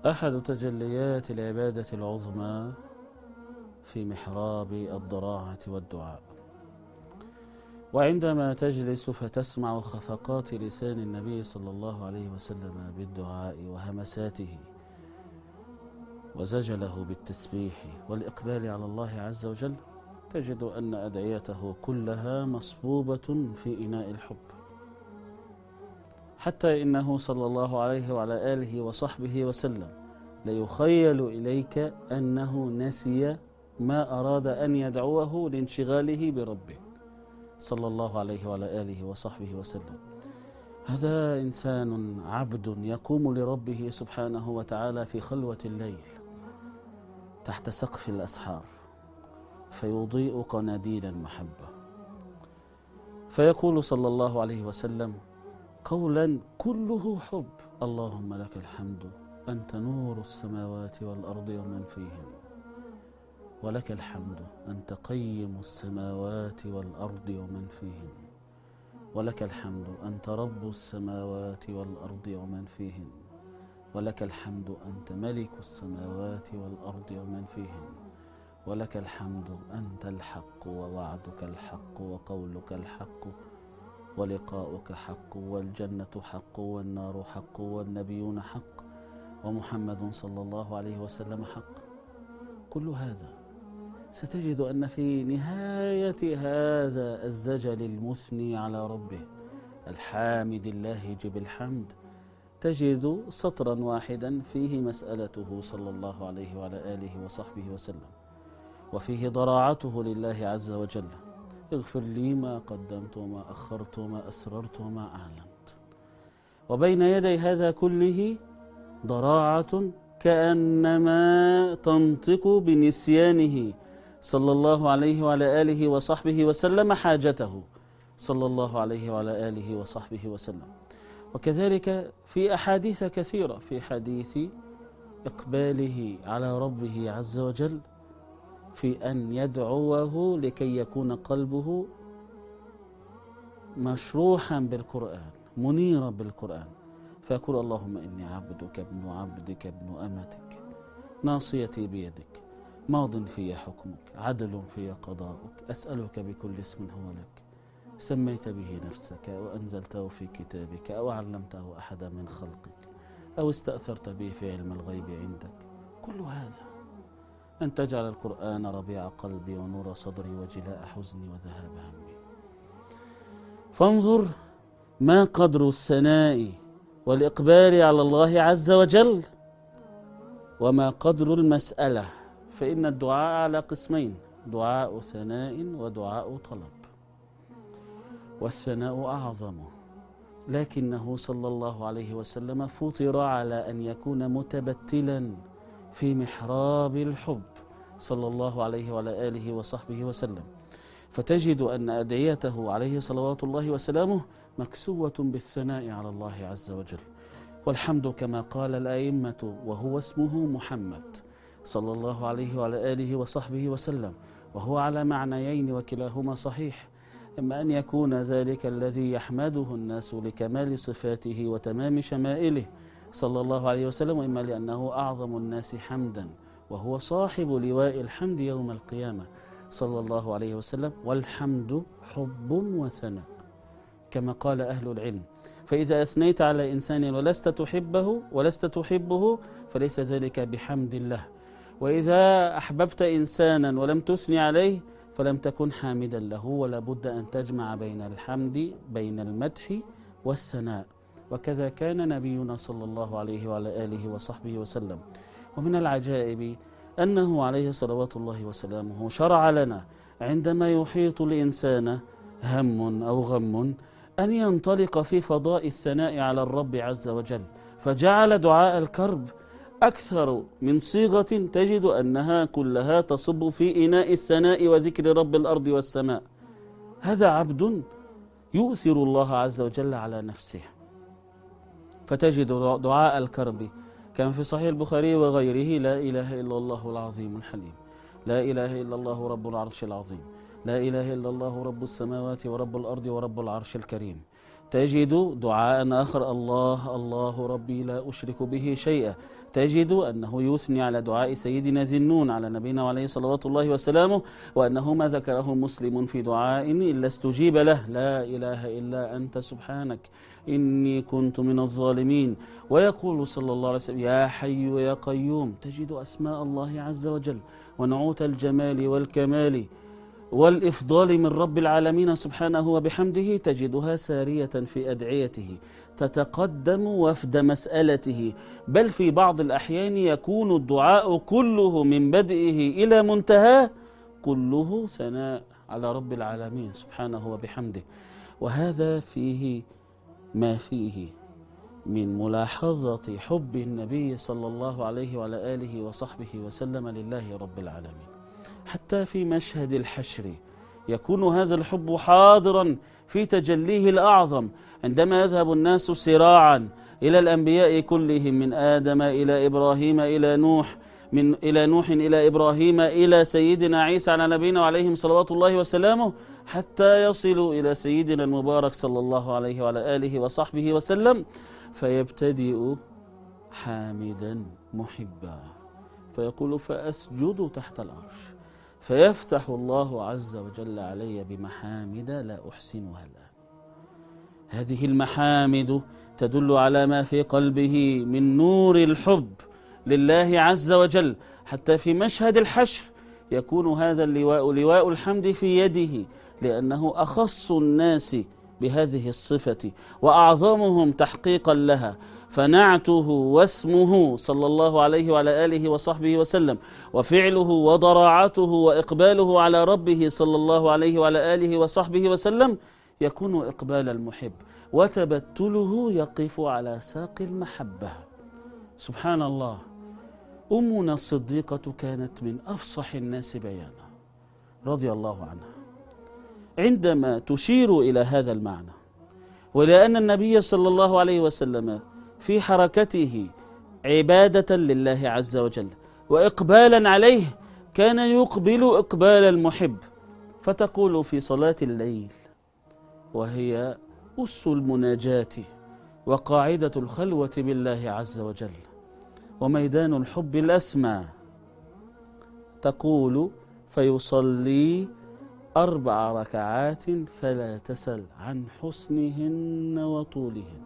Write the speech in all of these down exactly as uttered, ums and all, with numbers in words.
أحد تجليات العبادة العظمى في محراب الضراعة والدعاء. وعندما تجلس فتسمع خفقات لسان النبي صلى الله عليه وسلم بالدعاء وهمساته وزجله بالتسبيح والإقبال على الله عز وجل، تجد أن أدعيته كلها مصبوبة في إناء الحب، حتى إنه صلى الله عليه وعلى آله وصحبه وسلم ليخيل إليك أنه نسي ما أراد أن يدعوه لانشغاله بربه صلى الله عليه وعلى آله وصحبه وسلم. هذا إنسان عبد يقوم لربه سبحانه وتعالى في خلوة الليل تحت سقف الأسحار، فيضيء قناديل المحبة، فيقول صلى الله عليه وسلم قولا كله حب: اللهم لك الحمد أنت نور السماوات والأرض ومن فيهن، ولك الحمد أنت قيم السماوات والأرض ومن فيهن، ولك الحمد أنت رب السماوات والأرض ومن فيهن، ولك الحمد أنت ملك السماوات والأرض ومن فيهن، ولك الحمد أنت الحق ووعدك الحق وقولك الحق ولقاؤك حق والجنة حق والنار حق والنبيون حق ومحمد صلى الله عليه وسلم حق. كل هذا ستجد أن في نهاية هذا الزجل المثني على ربه الحامد الله جب الحمد، تجد سطرا واحدا فيه مسألته صلى الله عليه وعلى آله وصحبه وسلم، وفيه ضراعته لله عز وجل: اغفر لي ما قدمت وما أخرت وما أسررت وما أعلنت. وبين يدي هذا كله ضراعة كأنما تنطق بنسيانه صلى الله عليه وعلى آله وصحبه وسلم حاجته صلى الله عليه وعلى آله وصحبه وسلم. وكذلك في أحاديث كثيرة، في حديث إقباله على ربه عز وجل في أن يدعوه لكي يكون قلبه مشروحا بالقرآن منيرا بالقرآن، فيقول: اللهم إني عبدك ابن عبدك ابن أمتك ناصيتي بيدك ماض في حكمك عدل في قضاؤك أسألك بكل اسم هو لك سميت به نفسك أو أنزلته في كتابك أو علمته أحدا من خلقك أو استأثرت به في علم الغيب عندك. كل هذا أن تجعل القرآن ربيع قلبي ونور صدري وجلاء حزني وذهاب همي. فانظر ما قدر الثناء والإقبال على الله عز وجل وما قدر المسألة، فإن الدعاء على قسمين: دعاء ثناء ودعاء طلب، والثناء أعظمه، لكنه صلى الله عليه وسلم فطر على أن يكون متبتلا في محراب الحب صلى الله عليه وعلى آله وصحبه وسلم، فتجد أن أدعيته عليه صلوات الله وسلامه مكسوة بالثناء على الله عز وجل. والحمد كما قال الأئمة وهو اسمه محمد صلى الله عليه وعلى آله وصحبه وسلم، وهو على معنيين وكلاهما صحيح: إما أن يكون ذلك الذي يحمده الناس لكمال صفاته وتمام شمائله صلى الله عليه وسلم، وإما لأنه أعظم الناس حمدا وهو صاحب لواء الحمد يوم القيامة صلى الله عليه وسلم. والحمد حب وثناء كما قال أهل العلم، فإذا أثنيت على إنسان ولست تحبه ولست تحبه فليس ذلك بحمد الله، وإذا أحببت إنسانا ولم تثني عليه فلم تكن حامدا له، ولا بد أن تجمع بين الحمد بين المدح والثناء. وكذا كان نبينا صلى الله عليه وعلى آله وصحبه وسلم. ومن العجائب أنه عليه صلوات الله وسلامه شرع لنا عندما يحيط الإنسان هم أو غم أن ينطلق في فضاء الثناء على الرب عز وجل، فجعل دعاء الكرب أكثر من صيغة تجد أنها كلها تصب في إناء الثناء وذكر رب الأرض والسماء. هذا عبد يؤثر الله عز وجل على نفسه، فتجد دعاء الكرب كما في صحيح البخاري وغيره: لا إله إلا الله العظيم الحليم، لا إله إلا الله رب العرش العظيم، لا إله إلا الله رب السماوات ورب الأرض ورب العرش الكريم. تجد دعاء آخر: الله الله ربي لا أشرك به شيئا. تجد أنه يثني على دعاء سيدنا ذي النون على نبينا وعليه صلوات الله وسلامه، وأنه ما ذكره مسلم في دعاء إلا استجيب له: لا إله إلا أنت سبحانك إني كنت من الظالمين. ويقول صلى الله عليه وسلم: يا حي يا قيوم. تجد أسماء الله عز وجل ونعوت الجمال والكمال والإفضال من رب العالمين سبحانه وبحمده تجدها سارية في أدعيته، تتقدم وفد مسألته، بل في بعض الأحيان يكون الدعاء كله من بدئه إلى منتهاه كله ثناء على رب العالمين سبحانه وبحمده. وهذا فيه ما فيه من ملاحظة حب النبي صلى الله عليه وعلى آله وصحبه وسلم لله رب العالمين. حتى في مشهد الحشر يكون هذا الحب حاضرا في تجليه الأعظم، عندما يذهب الناس سراعا إلى الأنبياء كلهم من آدم إلى إبراهيم إلى نوح، من إلى نوح إلى إبراهيم إلى سيدنا عيسى على نبينا وعليهم صلوات الله وسلامه، حتى يصلوا إلى سيدنا المبارك صلى الله عليه وعلى آله وصحبه وسلم، فيبتدئ حامدا محبا فيقول: فأسجد تحت العرش، فيفتح الله عز وجل علي بمحامد لا أحسنها الآن. هذه المحامد تدل على ما في قلبه من نور الحب لله عز وجل، حتى في مشهد الحشر يكون هذا اللواء لواء الحمد في يده، لأنه أخص الناس بهذه الصفة وأعظمهم تحقيقا لها، فنعته واسمه صلى الله عليه وعلى آله وصحبه وسلم، وفعله وضراعته وإقباله على ربه صلى الله عليه وعلى آله وصحبه وسلم يكون إقبال المحب، وتبتله يقف على ساق المحبة. سبحان الله، أمنا الصديقة كانت من أفصح الناس بيانا رضي الله عنها عندما تشير إلى هذا المعنى، ولأن النبي صلى الله عليه وسلم في حركته عبادة لله عز وجل وإقبالا عليه كان يقبل إقبال المحب، فتقول في صلاة الليل وهي أس المناجاة وقاعدة الخلوة بالله عز وجل وميدان الحب الأسمى، تقول: فيصلي أربع ركعات فلا تسل عن حسنهن وطولهن،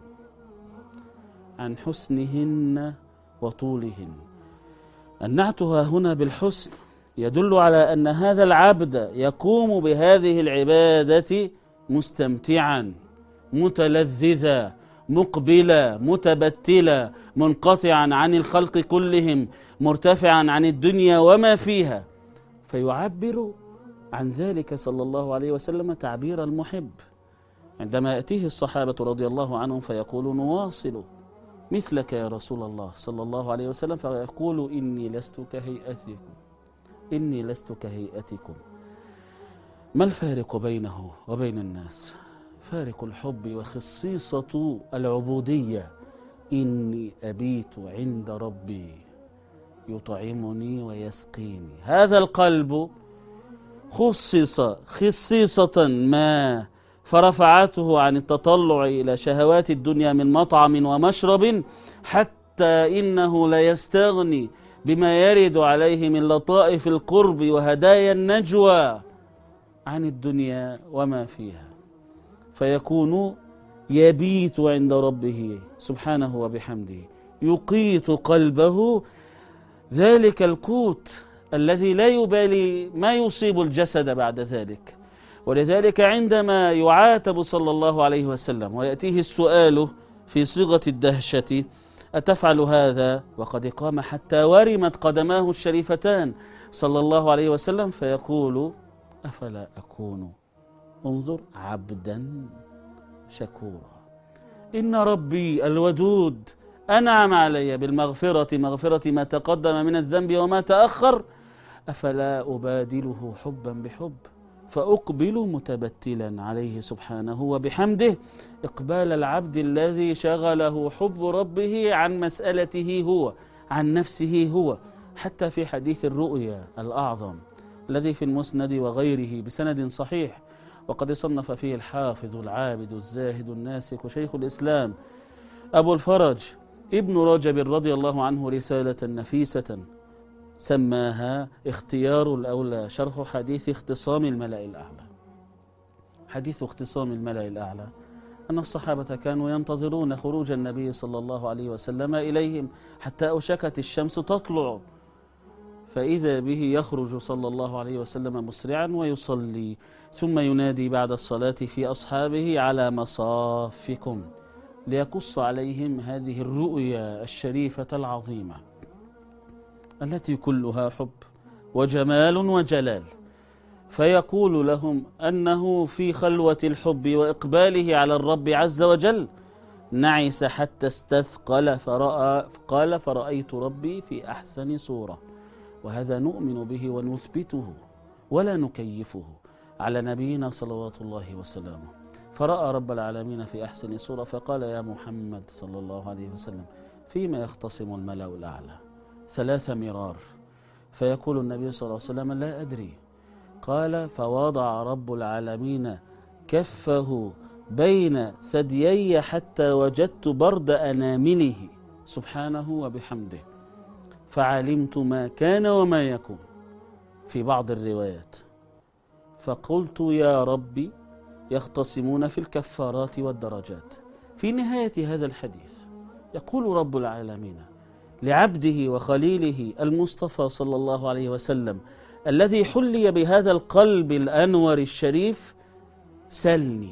عن حسنهن وطولهن. النعتها هنا بالحسن يدل على أن هذا العبد يقوم بهذه العبادة مستمتعا متلذذا مقبلا متبتلا منقطعا عن الخلق كلهم مرتفعا عن الدنيا وما فيها، فيعبر عن ذلك صلى الله عليه وسلم تعبير المحب عندما يأتيه الصحابة رضي الله عنهم فيقول: نواصل مثلك يا رسول الله صلى الله عليه وسلم، فيقول: إني لست كهيئتكم إني لست كهيئتكم. ما الفارق بينه وبين الناس؟ فارق الحب وخصيصة العبودية. إني أبيت عند ربي يطعمني ويسقيني. هذا القلب خصص خصيصة ما فرفعته عن التطلع إلى شهوات الدنيا من مطعم ومشرب، حتى إنه لا يستغني بما يرد عليه من لطائف القرب وهدايا النجوى عن الدنيا وما فيها، فيكون يبيت عند ربه سبحانه وبحمده، يقيت قلبه ذلك القوت الذي لا يبالي ما يصيب الجسد بعد ذلك. ولذلك عندما يعاتب صلى الله عليه وسلم ويأتيه السؤال في صيغة الدهشة: أتفعل هذا وقد قام حتى ورمت قدماه الشريفتان صلى الله عليه وسلم، فيقول: أفلا أكون انظر عبدا شكورا. إن ربي الودود أنعم علي بالمغفرة، مغفرة ما تقدم من الذنب وما تأخر، أفلا أبادله حبا بحب، فأقبل متبتلا عليه سبحانه وبحمده إقبال العبد الذي شغله حب ربه عن مسألته هو، عن نفسه هو. حتى في حديث الرؤيا الأعظم الذي في المسند وغيره بسند صحيح، وقد صنف فيه الحافظ العابد الزاهد الناسك شيخ الإسلام أبو الفرج ابن رجب رضي الله عنه رسالة نفيسة سماها اختيار الأولى شرح حديث اختصام الملأ الأعلى. حديث اختصام الملأ الأعلى أن الصحابة كانوا ينتظرون خروج النبي صلى الله عليه وسلم إليهم حتى أوشكت الشمس تطلع، فإذا به يخرج صلى الله عليه وسلم مسرعا ويصلي، ثم ينادي بعد الصلاة في أصحابه على مصافكم، ليقص عليهم هذه الرؤيا الشريفة العظيمة التي كلها حب وجمال وجلال، فيقول لهم أنه في خلوة الحب وإقباله على الرب عز وجل نعس حتى استثقل فرأى قال فرأيت ربي في أحسن صورة. وهذا نؤمن به ونثبته ولا نكيفه على نبينا صلوات الله وسلامه. فرأى رب العالمين في أحسن صورة فقال يا محمد صلى الله عليه وسلم فيما يختصم الملأ الأعلى؟ ثلاث مرار، فيقول النبي صلى الله عليه وسلم لا أدري. قال فوضع رب العالمين كفه بين ثديي حتى وجدت برد أنامله سبحانه وبحمده، فعلمت ما كان وما يكون في بعض الروايات، فقلت يا ربي يختصمون في الكفارات والدرجات. في نهاية هذا الحديث يقول رب العالمين لعبده وخليله المصطفى صلى الله عليه وسلم الذي حلي بهذا القلب الأنور الشريف سلني.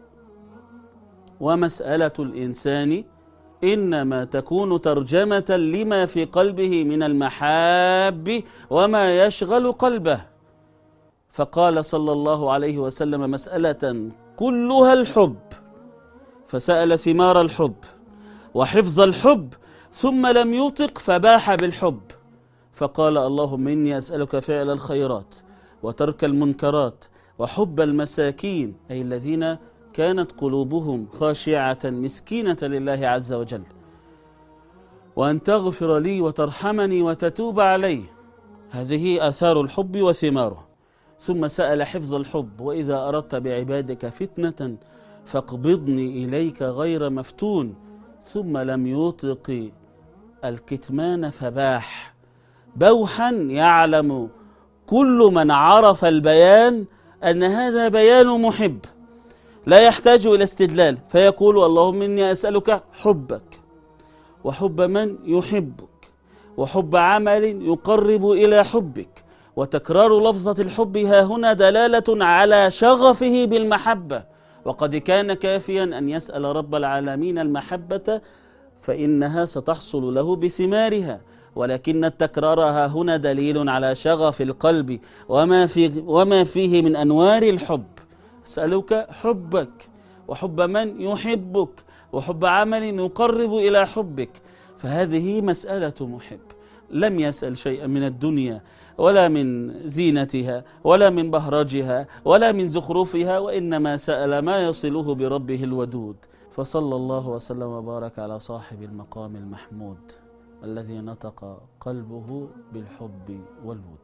ومسألة الإنسان إنما تكون ترجمة لما في قلبه من المحاب وما يشغل قلبه. فقال صلى الله عليه وسلم مسألة كلها الحب، فسأل ثمار الحب وحفظ الحب ثم لم يطق فباح بالحب، فقال اللهم إني أسألك فعل الخيرات وترك المنكرات وحب المساكين، أي الذين كانت قلوبهم خاشعة مسكينة لله عز وجل، وأن تغفر لي وترحمني وتتوب علي. هذه آثار الحب وثماره. ثم سأل حفظ الحب وإذا أردت بعبادك فتنة فاقبضني إليك غير مفتون، ثم لم يطق الكتمان فباح بوحا يعلم كل من عرف البيان أن هذا بيان محب لا يحتاج إلى استدلال، فيقول اللهم إني أسألك حبك وحب من يحبك وحب عمل يقرب إلى حبك. وتكرار لفظة الحب ها هنا دلالة على شغفه بالمحبة، وقد كان كافيا أن يسأل رب العالمين المحبة فإنها ستحصل له بثمارها، ولكن التكرار ها هنا دليل على شغف القلب وما, في وما فيه من أنوار الحب. أسألك حبك وحب من يحبك وحب عمل يقرب إلى حبك، فهذه مسألة محب. لم يسأل شيئا من الدنيا ولا من زينتها ولا من بهرجها ولا من زخرفها، وإنما سأل ما يصله بربه الودود. فصلى الله وسلم وبارك على صاحب المقام المحمود الذي نطق قلبه بالحب والود.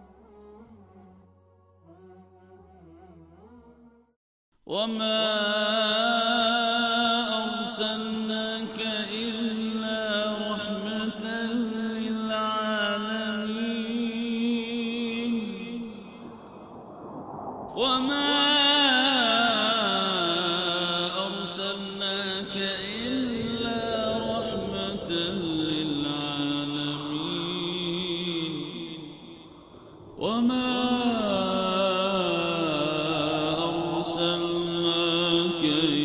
وما أرسلناك إلا رحمة للعالمين وما أرسلناك إلا رحمة للعالمين وما أرسلناك